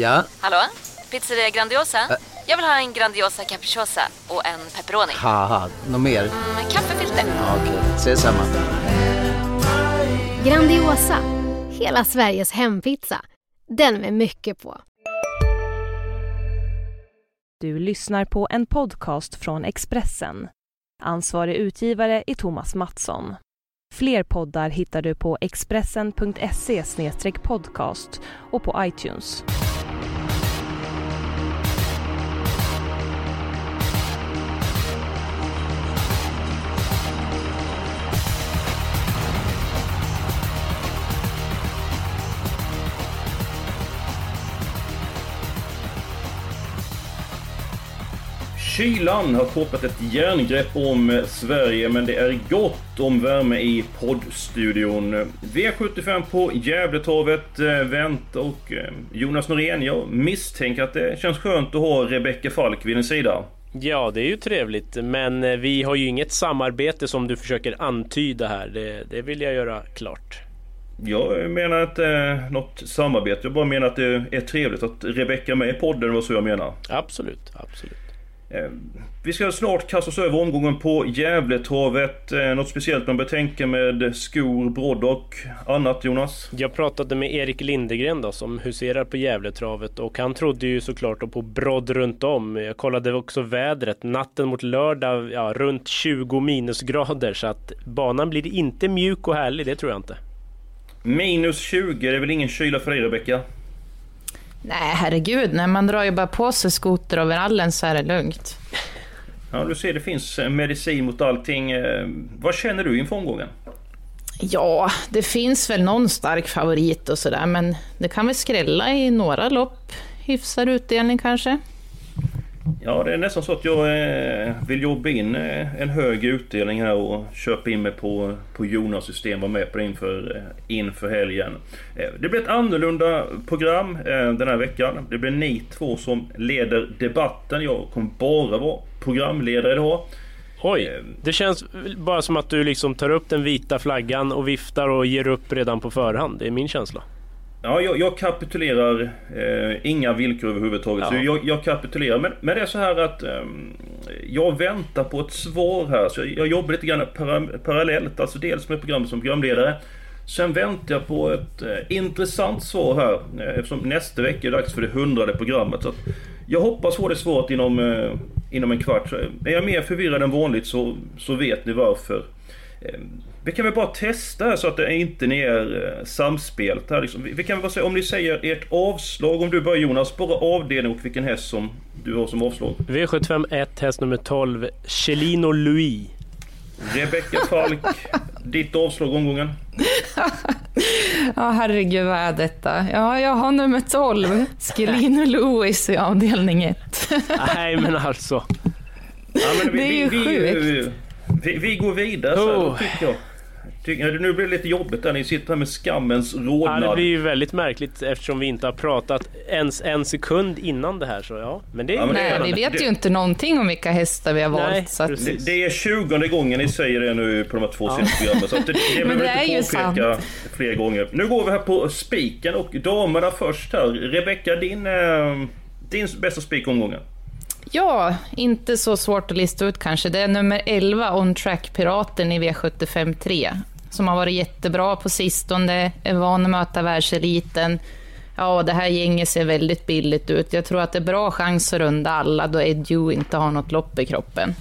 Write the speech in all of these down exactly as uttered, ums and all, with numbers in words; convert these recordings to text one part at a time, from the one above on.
Ja? Hallå? Pizzeria Grandiosa? Ä- Jag vill ha en Grandiosa capriciosa och en pepperoni. Haha, något mer? Mm, kaffefilter. Ja, okej, okay. Ses samma. Grandiosa, hela Sveriges hempizza. Den med mycket på. Du lyssnar på en podcast från Expressen. Ansvarig utgivare är Thomas Mattsson. Fler poddar hittar du på expressen punkt se slash podcast och på iTunes. Kylan har kopplat ett järngrepp om Sverige, men det är gott om värme i poddstudion. V sjuttiofem på Gävletorvet, Vänt och Jonas Norén. Jag misstänker att det känns skönt att ha Rebecka Falk vid din sida. Ja, det är ju trevligt, men vi har ju inget samarbete som du försöker antyda här. Det, det vill jag göra klart. Jag menar att eh, något samarbete. Jag bara menar att det är trevligt att Rebecka är med i podden, var så jag menar. Absolut, absolut. Vi ska snart kasta oss över omgången på Gävletorvet. Något speciellt man bör tänka med skor, brodd och annat, Jonas? Jag pratade med Erik Lindegren då, som huserar på Gävletravet, och han trodde ju såklart på brodd runt om. Jag kollade också vädret. Natten mot lördag, ja, runt tjugo minusgrader, så att banan blir inte mjuk och härlig, det tror jag inte. Minus tjugo, det är väl ingen kyla för dig, Rebecka? Nej, herregud, när man drar ju bara på sig skoteroverallen så är det lugnt. Ja, du ser, det finns medicin mot allting. Vad känner du inför omgången? Ja, det finns väl någon stark favorit och sådär, men det kan väl skrälla i några lopp. Hyfsad utdelning kanske. Ja, det är nästan så att jag eh, vill jobba in eh, en hög utdelning här och köpa in mig på, på Jonas system, vara med på det inför, eh, inför helgen. Eh, det blir ett annorlunda program eh, den här veckan. Det blir ni två som leder debatten. Jag kommer bara vara programledare idag. Oj, det känns bara som att du liksom tar upp den vita flaggan och viftar och ger upp redan på förhand. Det är min känsla. Ja, jag, jag kapitulerar. Eh, inga villkor överhuvudtaget. Ja. Så jag, jag kapitulerar. Men, men det är så här att eh, jag väntar på ett svar här. Så jag, jag jobbar lite grann para, parallellt. Alltså dels med programmet som programledare. Sen väntar jag på ett eh, intressant svar här. Eh, eftersom nästa vecka är dags för det hundrade programmet. Så att jag hoppas få det svaret inom, eh, inom en kvart. Så är jag mer förvirrad än vanligt så, så vet ni varför. Eh, Vi kan väl bara testa här så att det inte ni är eh, samspelt här liksom. vi, vi kan väl bara säga, om ni säger ert avslag, om du börjar Jonas, bara avdelning och vilken häst som du har som avslag. V sjuttiofem ett, häst nummer tolv, Chelino Louis. Rebecka Falk, ditt avslag omgången. Ja, herregud, vad är detta? Ja, jag har nummer tolv, Chelino Louis i avdelning ett. Nej, men alltså. Ja, men vi, det är ju vi, sjukt. Vi, vi, vi går vidare så här, oh. tycker jag. Tycker, nu blir det lite jobbigt där ni sitter här med skammens rodnad. Ja, det blir ju väldigt märkligt eftersom vi inte har pratat ens en sekund innan det här. Så ja, men det är ja, men Nej, vi vet det, ju inte någonting om vilka hästar vi har valt. Nej, så att... det, det är tjugonde gången ni säger det nu på de här två ja. senaste programmen. Så det, det men det är inte ju sant. Fler gånger. Nu går vi här på spiken och damerna först här. Rebecka, din, din bästa spikomgången. Ja, inte så svårt att lista ut kanske. Det är nummer elva, On Track Piraten i V sjuttiofem tre. Som har varit jättebra på sistone, är van att möta världseliten. Ja, det här gänget ser väldigt billigt ut. Jag tror att det är bra chans att runda alla då Edu inte har något lopp i kroppen.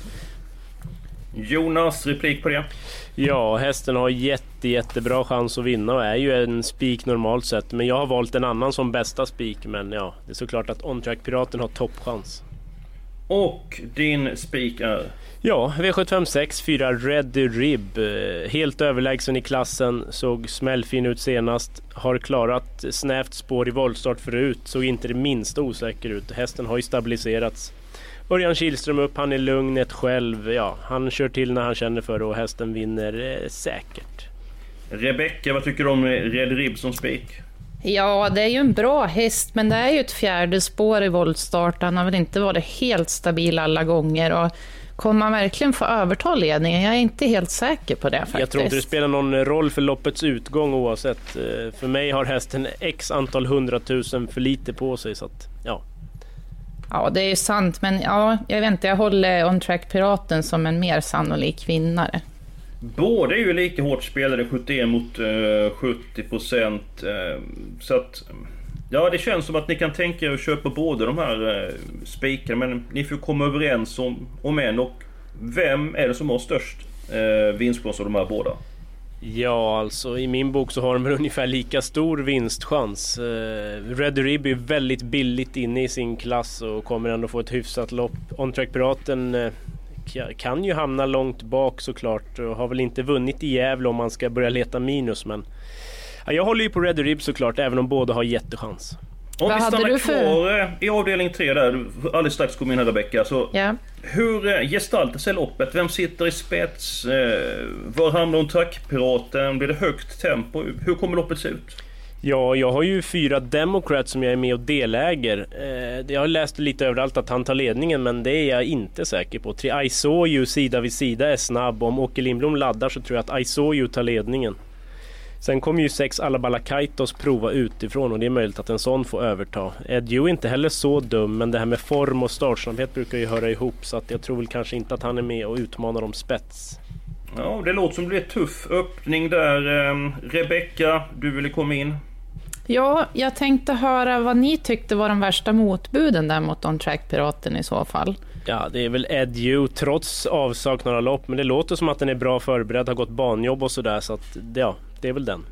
Jonas, replik på det? Ja, hästen har jätte, jättebra chans att vinna och är ju en spik normalt sett. Men jag har valt en annan som bästa spik. Men ja, det är såklart att On Track Piraten har toppchans. Och din spik är? Ja, V sjuttiofem sex, fyra Red Rib. Helt överlägsen i klassen, såg smällfin ut senast. Har klarat snävt spår i voltstart förut, såg inte det minsta osäker ut. Hästen har ju stabiliserats. Örjan Kihlström upp, han är lugnet själv. Ja, han kör till när han känner för det och hästen vinner eh, säkert. Rebecka, vad tycker du om Red Rib som spik? Ja, det är ju en bra häst, men det är ju ett fjärde spår i voltstart. Han har väl inte varit helt stabil alla gånger och Kommer man verkligen få överta ledningen? Jag är inte helt säker på det faktiskt. Jag tror inte det spelar någon roll för loppets utgång oavsett. För mig har hästen x antal hundratusen för lite på sig, så att, ja. Ja, det är ju sant, men ja, jag vet inte, jag håller On Track Piraten som en mer sannolik vinnare. Båda är ju lika hårt spelade, sjuttioen mot uh, sjuttio procent. Uh, så att, ja, det känns som att ni kan tänka er att köpa båda de här uh, spikarna, men ni får komma överens om, om en. Och vem är det som har störst uh, vinstchans av de här båda? Ja, alltså i min bok så har de ungefär lika stor vinstchans. Uh, Red Rib är väldigt billigt inne i sin klass och kommer ändå få ett hyfsat lopp. On Track Piraten uh, kan ju hamna långt bak såklart och har väl inte vunnit i Gävle om man ska börja leta minus, men ja, jag håller ju på Red Rib såklart, även om båda har jättechans. Om Vad vi stannar hade du för... kvar i avdelning tre där, alldeles strax kommer in här Rebecka, så ja. Hur gestaltar sig loppet? Vem sitter i spets? Eh, var hamnar On Track Piraten? Blir det högt tempo? Hur kommer loppet se ut? Ja, jag har ju fyra Democrats som jag är med och deläger. Eh, jag har läst lite överallt att han tar ledningen, men det är jag inte säker på. Tre I saw you sida vid sida är snabb. Om Åke Lindblom laddar så tror jag att I saw you tar ledningen. Sen kommer ju sex Alabala Kaitos prova utifrån och det är möjligt att en sån får överta. Edju är inte heller så dum, men det här med form och startsnabbhet brukar ju höra ihop, så att jag tror väl kanske inte att han är med och utmanar om spets. Ja, det låter som det blir en tuff öppning där. Rebecka, du ville komma in. Ja, jag tänkte höra vad ni tyckte var de värsta motbuden där mot On Track Piraten i så fall. Ja, det är väl Edju trots avsaknad av lopp, men det låter som att den är bra förberedd, har gått banjobb och sådär, så att ja, det är väl den.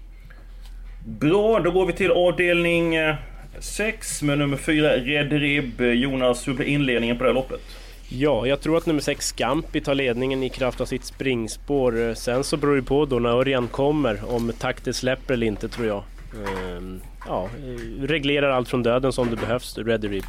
Bra, då går vi till avdelning sex med nummer fyra Red Rib. Jonas, hur blir inledningen på det här loppet? Ja, jag tror att nummer sex Scampi tar ledningen i kraft av sitt springspår. Sen så beror det på då när Örjan kommer, om takten släpper eller inte, tror jag. Ehm, ja, reglerar allt från döden som det behövs, Red Rib.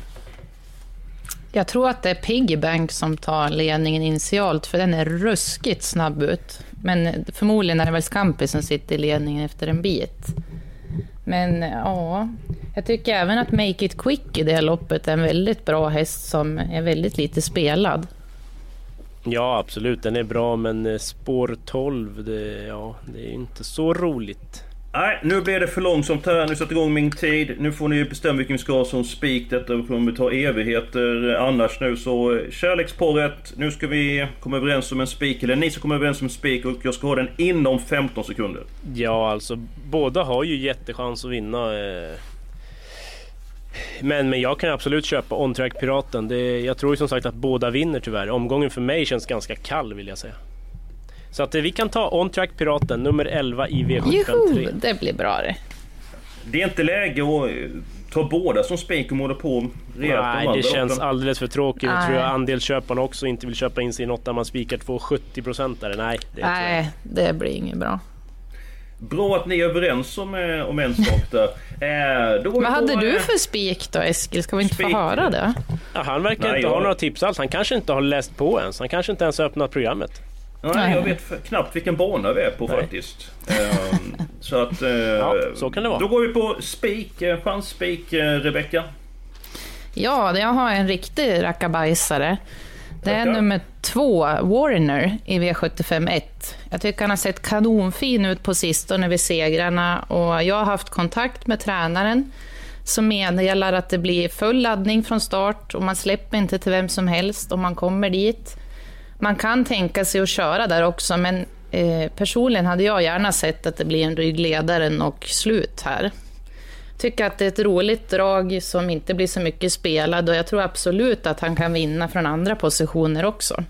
Jag tror att det är Piggybank som tar ledningen initialt, för den är ruskigt snabb ut. Men förmodligen är det väl Scampi som sitter i ledningen efter en bit. Men ja, jag tycker även att Make It Quick i det här loppet är en väldigt bra häst som är väldigt lite spelad. Ja, absolut, den är bra, men spår tolv, det, ja, det är inte så roligt. Nej, nu blir det för långsamt här. Nu sätter igång min tid. Nu får ni bestämma vilken vi ska ha som spik. Detta kommer ta evigheter annars nu. Så kärleksparet, nu ska vi komma överens om en spik. Eller ni ska komma överens om en spik och jag ska ha den inom femton sekunder. Ja, alltså båda har ju jättechans att vinna. Men, men jag kan absolut köpa On Track Piraten. Det, jag tror ju som sagt att båda vinner tyvärr. Omgången för mig känns ganska kall, vill jag säga. Så att vi kan ta On Track Piraten, nummer elva i V sjuttiofem tre. Det blir bra det. Det är inte läge att ta båda som spik och måla på rejält. Nej, det känns loppen. Alldeles för tråkigt. Jag tror jag andelsköparna också inte vill köpa in sig i något där man spikar två sjuttio procent där. Nej, det, Nej, det blir inget bra. Bra att ni är överens om, om en sak där. Eh, då Vad hade på, du för spik då, Eskil? Ska vi inte spik. få höra det? Ja, han verkar Nej, inte jag... ha några tips alls. Han kanske inte har läst på ens. Han kanske inte ens har öppnat programmet. Nej, Nej, jag vet knappt vilken bana vi är på. Nej. Faktiskt. Um, så att... Uh, ja, så kan det vara. Då går vi på spik, chansspik, uh, Rebecka. Ja, jag har en riktig rackabajsare. Det är Tackar. nummer två, Warner i V sjuttiofem ett. Jag tycker han har sett kanonfin ut på sistone vid segrarna och jag har haft kontakt med tränaren som meddelar att det blir full laddning från start och man släpper inte till vem som helst om man kommer dit. Man kan tänka sig att köra där också, men eh, personligen hade jag gärna sett att det blir en ryggledaren och slut här. Tycker att det är ett roligt drag som inte blir så mycket spelad och jag tror absolut att han kan vinna från andra positioner också.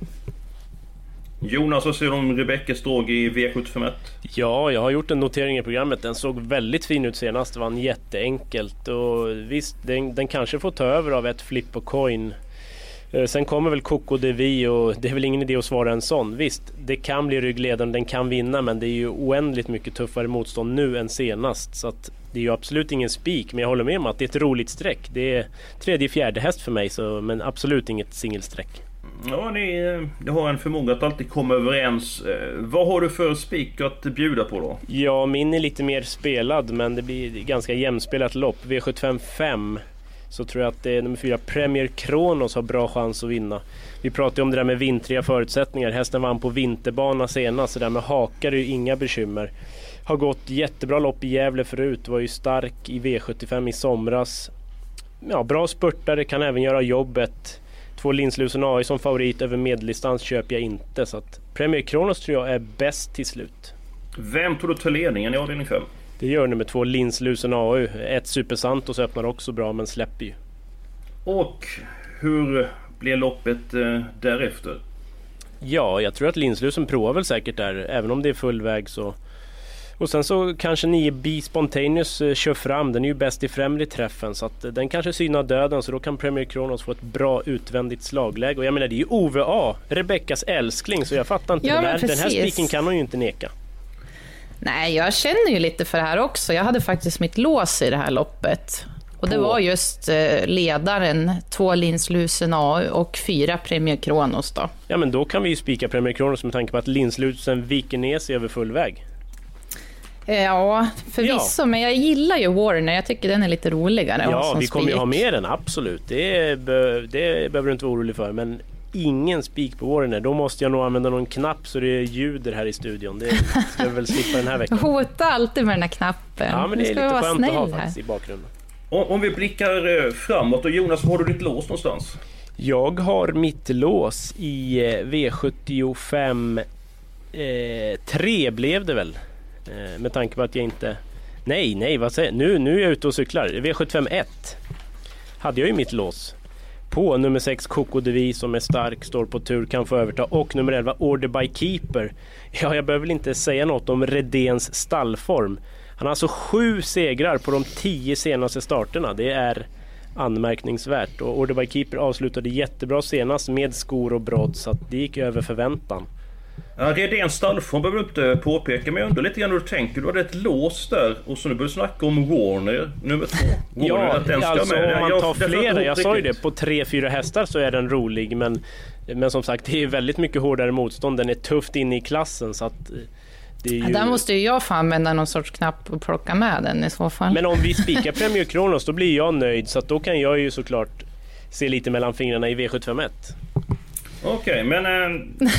Jonas, vad säger du om Rebeckas drag i V sjuttiofem ett? Ja, jag har gjort en notering i programmet. Den såg väldigt fin ut senast, vann jätteenkelt och visst, den, den kanske får ta över av ett flip och coin. Sen kommer väl Coco de Vi och det är väl ingen idé att svara en sån. Visst, det kan bli ryggledaren, den kan vinna, men det är ju oändligt mycket tuffare motstånd nu än senast. Så att det är ju absolut ingen spik, men jag håller med om att det är ett roligt streck. Det är tredje, fjärde häst för mig, så, men absolut inget singelsträck. Ja, ni, ni har en förmåga att alltid komma överens. Vad har du för spik att bjuda på då? Ja, min är lite mer spelad, men det blir ganska jämspelat lopp. V sjuttiofem fem så tror jag att det är nummer fyra Premier Kronos har bra chans att vinna. Vi pratade om det där med vintriga förutsättningar. Hästen vann på vinterbana senast, så där med hakar är ju inga bekymmer. Har gått jättebra lopp i Gävle förut, var ju stark i V sjuttiofem i somras. Ja, bra spurtare, kan även göra jobbet. Två Linslusen A I som favorit över medeldistans köper jag inte, så att Premier Kronos tror jag är bäst till slut. Vem tog du till ledningen i avdelning fem? Det gör nummer två Linslusen A U. Ett Super Santos öppnar också bra men släpper ju. Och hur blir loppet eh, därefter? Ja, jag tror att Linslusen provar väl säkert där, även om det är full väg så. Och sen så kanske nio B Spontaneous eh, kör fram. Den är ju bäst i främre träffen, så att eh, den kanske synar döden, så då kan Premier Kronos få ett bra utvändigt slagläge. Och jag menar, det är ju O V A, Rebeckas älskling, så jag fattar inte ja, det där. Den här spiken kan hon ju inte neka. Nej, jag känner ju lite för det här också. Jag hade faktiskt mitt lås i det här loppet. Och det var just eh, ledaren, två Linslusen A och fyra Premier Kronos då. Ja, men då kan vi ju spika Premier Kronos med tanke på att Linslusen viker ner sig över full väg. Ja, förvisso, ja. Men jag gillar ju Warner. Jag tycker den är lite roligare. Ja, vi kommer ju ha med den, absolut. Det, be- det behöver du inte vara orolig för. Men ingen spik på Warner. Då måste jag nog använda någon knapp så det ljuder här i studion. Det ska vi väl slippa den här veckan. Hota alltid med den här knappen. Ja, men det är lite skönt att ha faktiskt i bakgrunden. Om vi blickar framåt, och Jonas, var har du ditt lås någonstans? Jag har mitt lås i V sjuttiofem eh, tre blev det väl. Eh, med tanke på att jag inte... Nej, nej, vad säger nu, nu är jag ute och cyklar. V sjuttiofem ett hade jag ju mitt lås. På nummer sex Coco Devi som är stark, står på tur, kan få överta. Och nummer elva Order by Keeper. Ja, jag behöver väl inte säga något om Redéns stallform. Han har alltså sju segrar på de tio senaste starterna. Det är anmärkningsvärt. Och Order by Keeper avslutade jättebra senast med skor och brodd, så att det gick över förväntan. Ja, Redéns stallform behöver du inte påpeka, men jag undrar lite grann hur du tänker. Du hade ett lås där och så nu börjar du snacka om Warner nummer två. Warner, ja, att den ska alltså med. om man tar jag, flera, jag sa ju det, på tre, fyra hästar så är den rolig, men, men som sagt, det är väldigt mycket hårdare motstånd. Den är tufft inne i klassen, så att det är ju... Ja, där måste ju jag få använda någon sorts knapp och plocka med den i så fall. Men om vi spikar Premier Kronos, då blir jag nöjd, så att då kan jag ju såklart se lite mellan fingrarna i V sjuttiofem ett. Okej, okay, men äh,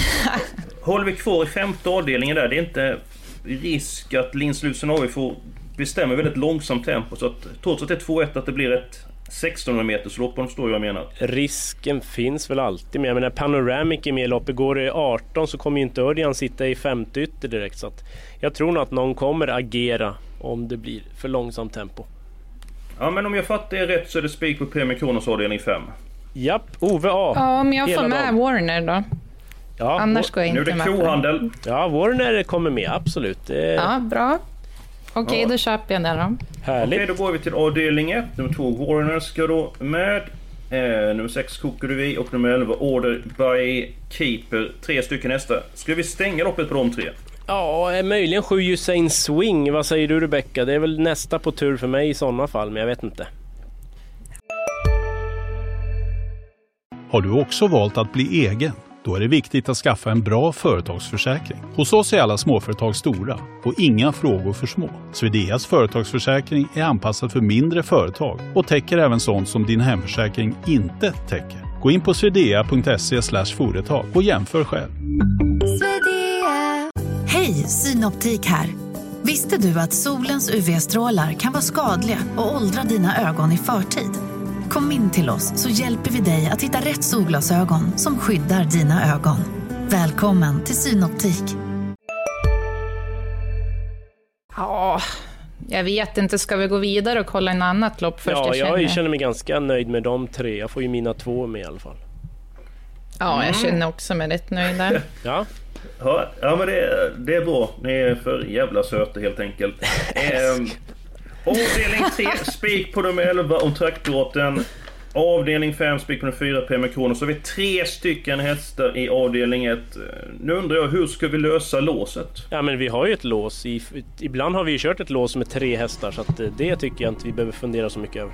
håller vi kvar i femte avdelningen där, det är inte risk att Linslusen A I får bestämma väldigt långsamt tempo, så att trots att det är två ett att det blir ett sextonhundra meters lopp, om förstår jag menar. Risken finns väl alltid med. Jag menar, Panoramic är med i loppet. Går det arton så kommer ju inte Örjan sitta i femte ytter direkt, så att jag tror nog att någon kommer agera om det blir för långsamt tempo. Ja, men om jag fattar det rätt så är det spik på Premier Kronos avdelning fem. Japp, O V A. Ja, men jag hela får med dagen. Warner då. Ja, annars går jag inte med. Nu är det kohandel. Ja, Warner kommer med, absolut. Det... Ja, bra. Okej, okay, ja. Då köper jag den då. Härligt. Okej, då går vi till avdelning ett. Nummer två Warner ska då med. Eh, nummer sex Coco Devi och nummer elva Order by Keeper. Tre stycken nästa. Ska vi stänga loppet på de tre? Ja, möjligen sju Usain Swing. Vad säger du, Rebecca? Det är väl nästa på tur för mig i sådana fall, men jag vet inte. Har du också valt att bli egen? Då är det viktigt att skaffa en bra företagsförsäkring. Hos oss är alla småföretag stora och inga frågor för små. Swedeas företagsförsäkring är anpassad för mindre företag och täcker även sånt som din hemförsäkring inte täcker. Gå in på swedea punkt se slash företag och jämför själv. Hej, Synoptik här. Visste du att solens U V-strålar kan vara skadliga och åldra dina ögon i förtid? Kom in till oss så hjälper vi dig att hitta rätt solglasögon som skyddar dina ögon. Välkommen till Synoptik. Ja, jag vet inte. Ska vi gå vidare och kolla en annat lopp först? Ja, jag, jag känner. känner mig ganska nöjd med de tre. Jag får ju mina två med i alla fall. Ja, jag känner också mig rätt nöjd där. Ja. Ja, ja men det, det är bra. Ni är för jävla söta helt enkelt. ehm, avdelning tre, spik på nummer elva om traktbråten. Avdelning fem, spik på nummer fyra, Premier Kronos. Så har vi tre stycken hästar i avdelning ett. Nu undrar jag, hur ska vi lösa låset? Ja, men vi har ju ett lås. I, ibland har vi ju kört ett lås med tre hästar, så att det tycker jag inte vi behöver fundera så mycket över.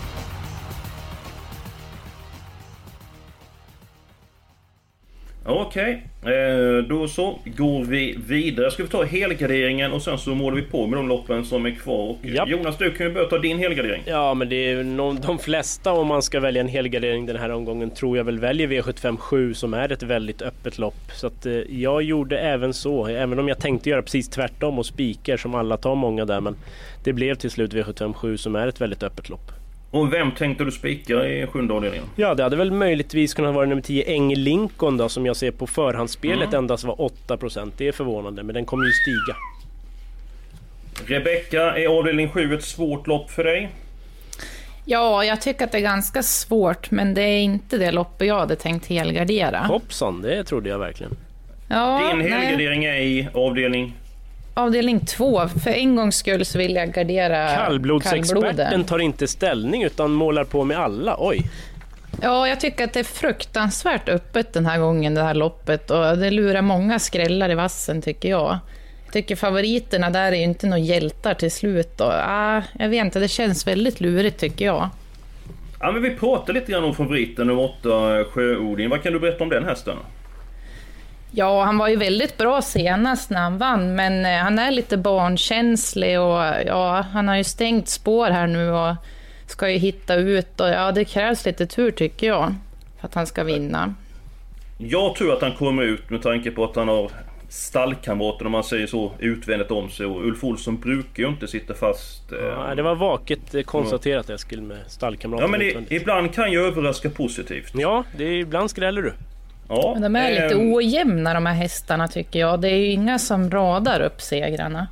Okej, Okej, okay. eh, då så går vi vidare. Ska vi ta helgarderingen och sen så målar vi på med de loppen som är kvar. Och Japp. Jonas, du kan ju börja ta din helgardering. Ja, men det är no- de flesta, om man ska välja en helgardering den här omgången, tror jag väl väljer V sjuttiofem sju som är ett väldigt öppet lopp. Så att eh, jag gjorde även så, även om jag tänkte göra precis tvärtom och spikar som alla tar många där, men det blev till slut V sjuttiofem sju som är ett väldigt öppet lopp. Och vem tänkte du spika i sjunde avdelningen? Ja, det hade väl möjligtvis kunnat vara nummer tio Eng Lincoln då, som jag ser på förhandsspelet Mm. endast var åtta procent. Det är förvånande, men den kommer ju stiga. Rebecka, är avdelning sju ett svårt lopp för dig? Ja, jag tycker att det är ganska svårt, men det är inte det loppet jag hade tänkt helgardera. Hoppsan, det trodde jag verkligen. Ja, Din nej. helgardering är i avdelning... Avdelning två. För en gångs skull så vill jag gardera Kallblodsexperten kallbloden. tar inte ställning utan målar på med alla. Oj. Ja, jag tycker att det är fruktansvärt öppet den här gången, det här loppet. Och det lurar många skrällar i vassen, tycker jag. Jag tycker favoriterna där är ju inte några hjältar till slut. Och, ah, jag vet inte, det känns väldigt lurigt, tycker jag. Ja, men vi pratar lite grann om favoriten nummer åtta, Sjöodin. Vad kan du berätta om den hästen? Ja, han var ju väldigt bra senast när han vann, men eh, han är lite barnkänslig och ja, han har ju stängt spår här nu och ska ju hitta ut och ja, det krävs lite tur, tycker jag, för att han ska vinna. Jag tror att han kommer ut med tanke på att han har stallkamrater, om man säger så, utvändigt om sig, och Ulf Olsson brukar ju inte sitta fast. Eh... Ja, det var vaket eh, konstaterat, Eskil, med stallkamrater. Ja, men det, ibland kan ju överraska positivt. Ja, det är, ibland skräller du. Ja, de är lite eh... ojämna, de här hästarna, tycker jag. Det är ju inga som radar upp segrarna.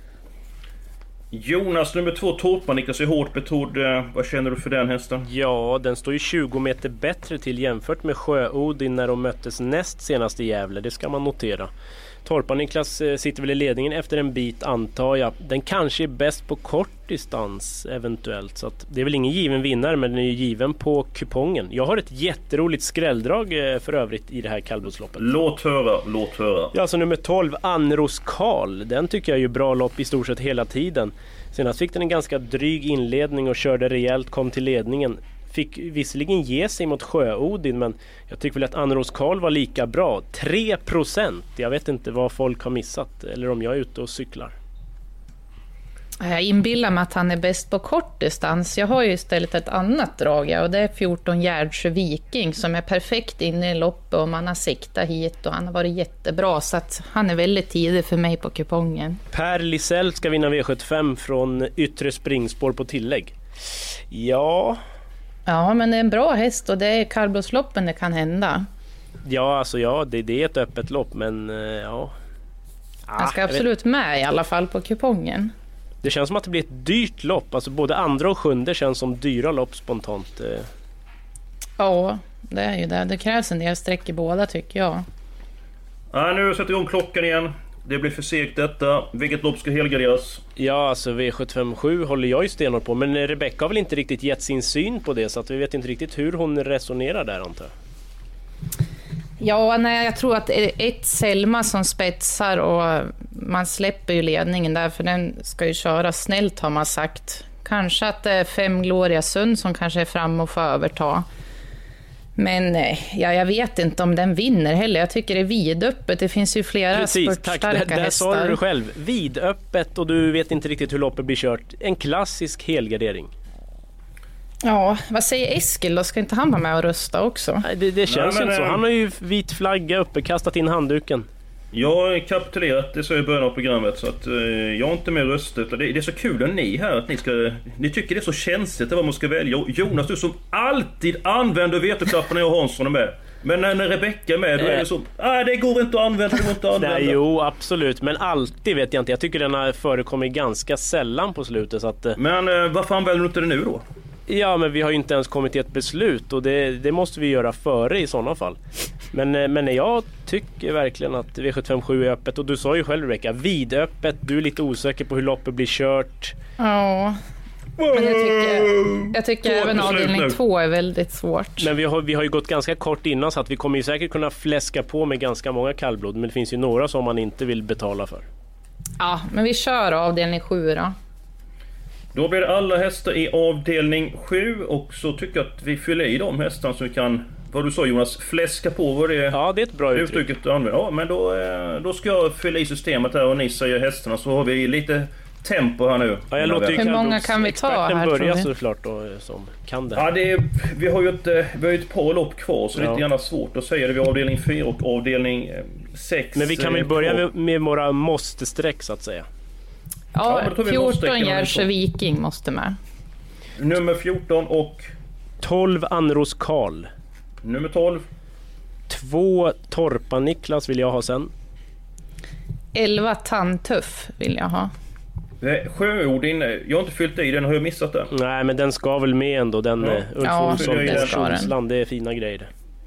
Jonas, nummer två, Torpan, Niklas är hårt betrodd. Vad känner du för den hästen? Ja, den står ju tjugo meter bättre till jämfört med Sjöodin när de möttes näst senast i Gävle. Det ska man notera. Torpan Niklas sitter väl i ledningen efter en bit, antar jag. Den kanske är bäst på kort distans eventuellt, så att det är väl ingen given vinnare, men den är ju given på kupongen. Jag har ett jätteroligt skrälldrag för övrigt i det här kallblodsloppet. Låt höra, låt höra. Ja, alltså nummer tolv, Anros Karl. Den tycker jag är ju bra lopp i stort sett hela tiden. Senast fick den en ganska dryg inledning och körde rejält, kom till ledningen. Fick visserligen ge sig mot Sjöodin, men jag tycker väl att Anros Karl var lika bra. tre procent. Jag vet inte vad folk har missat, eller om jag är ute och cyklar. Jag inbillar mig att han är bäst på kort distans. Jag har ju istället ett annat drag, ja, och det är fjorton Gärdsjö Viking som är perfekt inne i loppet och man har siktat hit och han har varit jättebra, så att han är väldigt tidig för mig på kupongen. Per Lisell ska vinna V sjuttiofem från yttre springspår på tillägg. Ja... Ja, men det är en bra häst och det är kallblodsloppen det kan hända. Ja, alltså ja, det, det är ett öppet lopp, men ja... Han ska ah, absolut med i alla fall på kupongen. Det känns som att det blir ett dyrt lopp. Alltså både andra och sjunde känns som dyra lopp spontant. Ja, det är ju det. Det krävs en del streck i båda, tycker jag. Ja, nu sätter igång klockan igen. Det blir för segt detta. Vilket lopp ska helgarderas? Ja, alltså V sjuttiofem sju håller jag ju stenhårt på. Men Rebecka har väl inte riktigt gett sin syn på det, så att vi vet inte riktigt hur hon resonerar där, antar jag. Ja, nej, jag tror att ett Selma som spetsar och man släpper ju ledningen där, för den ska ju köra snällt, har man sagt. Kanske att det är fem Gloria Sund som kanske är fram och får överta. Men ja, jag vet inte om den vinner heller. Jag tycker det är vidöppet. Det finns ju flera spurtstarka hästar. Där, där sa du det själv. Vidöppet och du vet inte riktigt hur loppet blir kört. En klassisk helgardering. Ja, vad säger Eskil då? Ska inte han vara med och rösta också? Nej, det, det känns Nej, men, inte så. Han har ju vit flagga uppe, kastat in handduken. Jag har kapitulerat, det så i början av programmet, så att eh, jag har inte mer röstat. Det, det är så kul att ni här, att ni ska, ni tycker det är så känsligt vad man ska välja. Jonas, du som alltid använder vetoknapparna när jag och Hansson är med. Men när, när Rebecka är med, då är det så, nej, det går inte att använda, det går inte att använda. Nej, jo, absolut, men alltid vet jag inte. Jag tycker den har förekommit ganska sällan på slutet, så att... Men eh, varför använder du inte det nu då? Ja, men vi har ju inte ens kommit till ett beslut och det, det måste vi göra före i sådana fall. Men, men jag tycker verkligen att V sjuttiofem sju är öppet, och du sa ju själv, Rebecka, vidöppet. Du är lite osäker på hur loppet blir kört. Ja, men jag tycker, jag tycker även avdelning två är väldigt svårt. Men vi har, vi har ju gått ganska kort innan, så att vi kommer ju säkert kunna fläska på med ganska många kallblod, men det finns ju några som man inte vill betala för. Ja, men vi kör avdelning sju då. Då blir det alla hästar i avdelning sju, och så tycker jag att vi fyller i de hästarna så vi kan vad du sa Jonas, fläska på vad det är. Ja, det är ett bra uttryck. uttrycket du använder. Ja, men då, då ska jag fylla i systemet här och ni säger hästarna, så har vi lite tempo här nu. Ja, jag låter ju Hur många kan vi ta här, börja såklart då, som kan det. Ja, det är, vi har ju ett, vi har ju ett par lopp kvar, så ja. Det är lite grann svårt att säga det. Vi har avdelning fyra och avdelning sex. Men vi kan väl börja med, med våra måste-streck så att säga. Ja, ja fjorton Järse Viking måste med. Nummer fjorton och tolv Anros Karl. Nummer tolv. Två Torpa Niklas vill jag ha sen. elva Tantuff vill jag ha. Sjöodin, jag har inte fyllt i den, har jag missat den? Nej, men den ska väl med ändå. Den ja. Ulf ja, Olsson, det ska den. Det är fina grejer.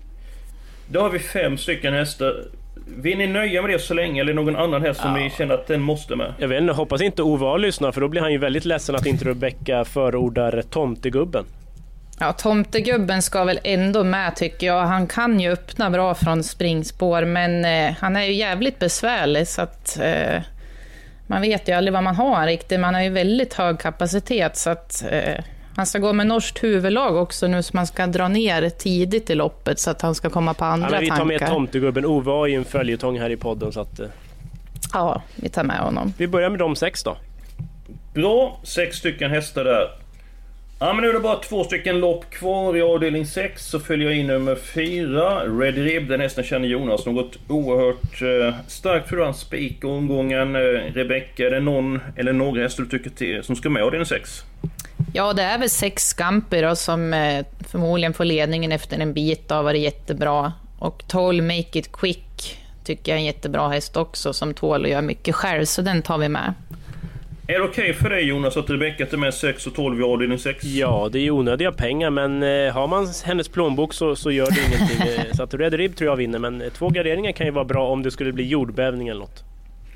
Då har vi fem stycken hästar. Vill ni nöja med det så länge, eller någon annan häst som ja. Ni känner att den måste med? Jag vet inte, hoppas inte Ova lyssnar, för då blir han ju väldigt ledsen att inte Rebecka förordar Tomtegubben. Ja, Tomtegubben ska väl ändå med tycker jag. Han kan ju öppna bra från springspår, men eh, han är ju jävligt besvärlig så att eh, man vet ju aldrig vad man har riktigt. Man har ju väldigt hög kapacitet så att eh, han ska gå med norskt huvudlag också nu, så man ska dra ner tidigt i loppet så att han ska komma på andra tankar. Ja, vi tar med Tomtegubben. Ove har ju en följetong här i podden så att... Eh... Ja, vi tar med honom. Vi börjar med de sex då. Bra, sex stycken hästar där. Ja, men nu är det bara två stycken lopp kvar i avdelning sex, så följer jag in nummer fyra. Red Rib, den hästen känner Jonas något oerhört eh, starkt för hans spik och omgången. Eh, Rebecka, är det någon eller några hästar du tycker till som ska med i avdelning sex? Ja, det är väl sex Scampi då, som eh, förmodligen får ledningen efter en bit av, var det jättebra. Och tolv Make It Quick tycker jag är en jättebra häst också, som tål att göra mycket själv, så den tar vi med. Är det okej för dig Jonas att Rebecka är med sex och tolv i avdelning sex? Ja, det är ju onödiga pengar, men eh, har man hennes plånbok så, så gör det ingenting. Så att Red Rib tror jag vinner, men två garderingar kan ju vara bra om det skulle bli jordbävning eller något.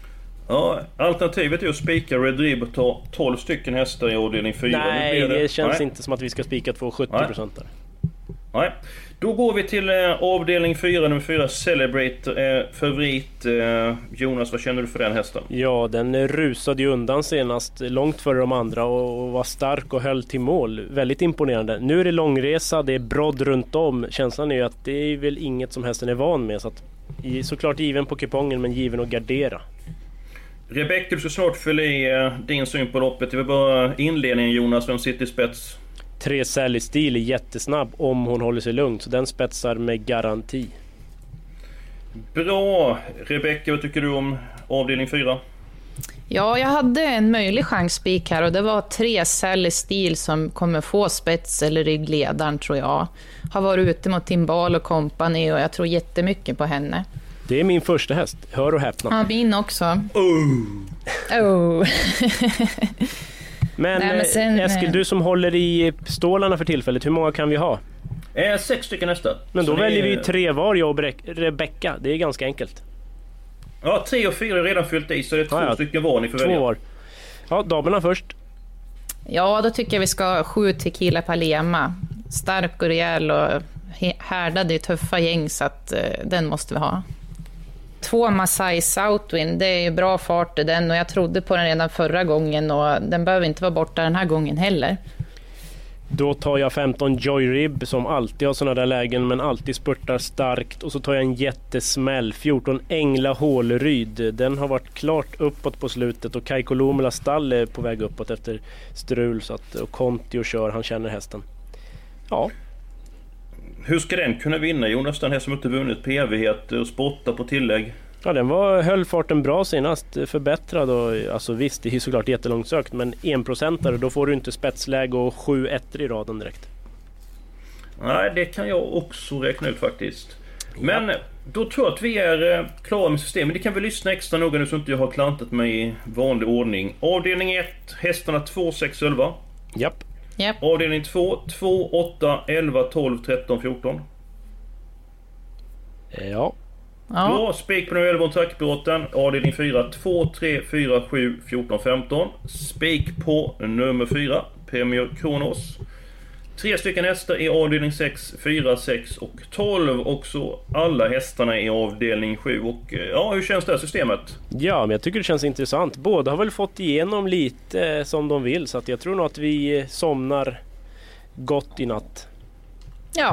Ja, alternativet är att spika Red Rib och ta tolv stycken hästar i avdelning fyra. Nej, det, det känns Nej. inte som att vi ska spika två sjuttio procent där. Nej. Då går vi till eh, avdelning fyra, nummer fyra, Celebrate, eh, favorit. Eh, Jonas, vad känner du för den hästen? Ja, den rusade ju undan senast, långt före de andra, och, och var stark och höll till mål. Väldigt imponerande. Nu är det långresa, det är brodd runt om. Känslan är ju att det är väl inget som hästen är van med. Så att, såklart given på kupongen, men given att gardera. Rebecka, du ska snart fylla i eh, din syn på loppet. Det var bara inledningen Jonas, vem sitter i spets? Tre Sally Stil är jättesnabb om hon håller sig lugnt, så den spetsar med garanti. Bra. Rebecka, vad tycker du om avdelning fyra? Ja, jag hade en möjlig chansspik här, och det var tre Sally Stil som kommer få spets eller ryggledaren tror jag. Har varit ute mot Timbal och Company, och jag tror jättemycket på henne. Det är min första häst, hör och häpna. Ja, min också. Oh. Oh. Men, Nej, men sen, Eskil, du som håller i stålarna för tillfället, hur många kan vi ha? Eh, sex stycken nästa. Men då så väljer är... vi tre var, jag och Rebecka. Det är ganska enkelt. Ja, tre och fyra är redan fyllt i, så det är två ja, ja. stycken var ni får två välja. Var. Ja, damerna först. Ja, då tycker jag vi ska ha sju Tequila Palema. Stark och rejäl och härdad i tuffa gäng, så att uh, den måste vi ha. Två Masai Southwind, det är ju bra fart i den, och jag trodde på den redan förra gången, och den behöver inte vara borta den här gången heller. Då tar jag femton Joy Rib som alltid har sådana där lägen, men alltid spurtar starkt, och så tar jag en jättesmäll, fjorton Ängla Håleryd. Den har varit klart uppåt på slutet, och Kai Kolomela stall är på väg uppåt efter strul, så att, och Conti och kör, han känner hästen. Ja. Hur ska den kunna vinna, Jonas, den här som inte vunnit på evighet och spotta på tillägg? Ja, den var, höll farten bra senast, förbättrad, och alltså visst, det är såklart jättelångt sökt, men en procentare, då får du inte spetsläge och sju ettor i raden direkt. Nej, det kan jag också räkna ut faktiskt. Men ja. Då tror jag att vi är klara med systemet. Det kan vi lyssna extra noga nu så inte jag har klantat mig i vanlig ordning. Avdelning ett, hästarna två, sex, elva. Japp. Yep. Avdelning två, två, åtta, elva, tolv, tretton, fjorton. Ja. Bra, spik på nummer elva och trackbråten. Avdelning fyra, två, tre, fyra, sju, fjorton, femton. Spik på nummer fyra, Premier Kronos. Tre stycken hästar i avdelning sex, fyra, sex och tolv. Också alla hästarna i avdelning sju. Och ja, hur känns det här systemet? Ja, men jag tycker det känns intressant. Båda har väl fått igenom lite som de vill, så att jag tror nog att vi somnar gott i natt. Ja,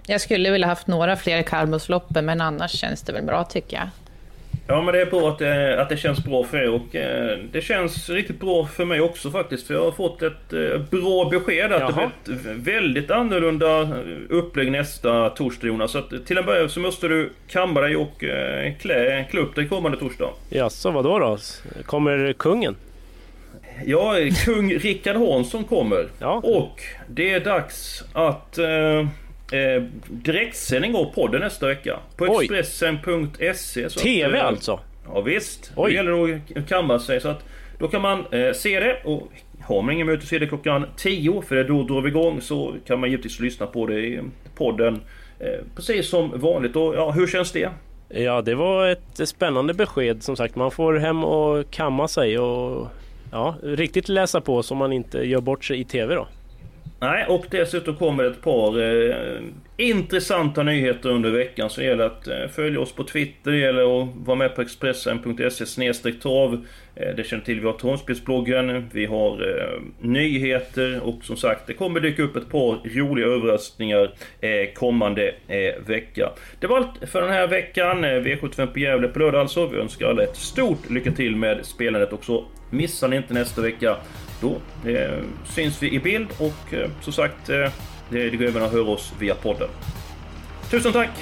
Jag skulle vilja haft några fler kallblodsloppen, men annars känns det väl bra tycker jag. Ja, men det är bra att det, att det känns bra för er, och eh, det känns riktigt bra för mig också faktiskt, för jag har fått ett eh, bra besked att Jaha. det blir ett väldigt annorlunda upplägg nästa torsdag, Jonas. Så att, till en början så måste du kamma dig och eh, klä, klä upp dig kommande torsdag. Ja, så vad då då? Kommer kungen? Ja, kung Rickard Hansson kommer. Ja. Och det är dags att eh, Eh, direktsändning av podden nästa vecka på Oj. Expressen punkt se. T V att, alltså? Ja visst, Oj. det gäller att kamma sig, så att då kan man eh, se det, och har man ingen möte att se det klockan tio, för det då drar vi igång, så kan man givetvis lyssna på det i podden eh, precis som vanligt. Och ja, hur känns det? Ja, det var ett spännande besked, som sagt. Man får hem och kamma sig och ja, riktigt läsa på så man inte gör bort sig i T V då. Nej, och dessutom kommer ett par eh, intressanta nyheter under veckan, så det gäller att eh, följa oss på Twitter, det gäller att vara med på Expressen punkt se snedstreck trav. Eh, det känner till, vi har Trånspelsbloggen, vi har eh, nyheter, och som sagt, det kommer dyka upp ett par roliga överraskningar eh, kommande eh, vecka. Det var allt för den här veckan. eh, V sjuttiofem på Gävle på lördag alltså. Vi önskar alla ett stort lycka till med spelandet, och så missar ni inte nästa vecka. Då eh, syns vi i bild, och eh, som sagt, eh, det, det går även att höra oss via podden. Tusen tack!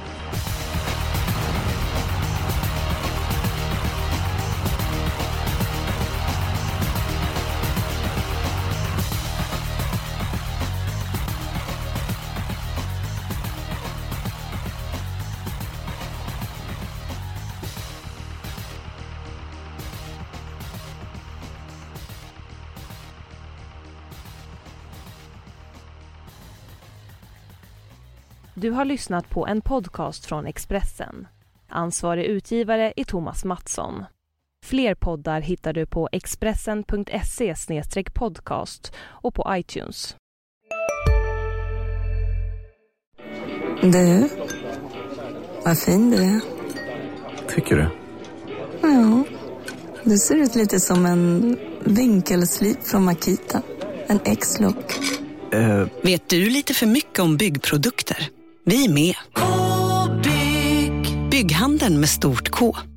Du har lyssnat på en podcast från Expressen. Ansvarig utgivare är Thomas Mattsson. Fler poddar hittar du på expressen punkt se snedstreck podcast och på iTunes. Du, vad fin du är. Tycker du? Ja, du ser ut lite som en vinkelslip från Makita. En X-look. Uh. Vet du lite för mycket om byggprodukter? Vi är med. K-bygg. Bygghandeln med stort K.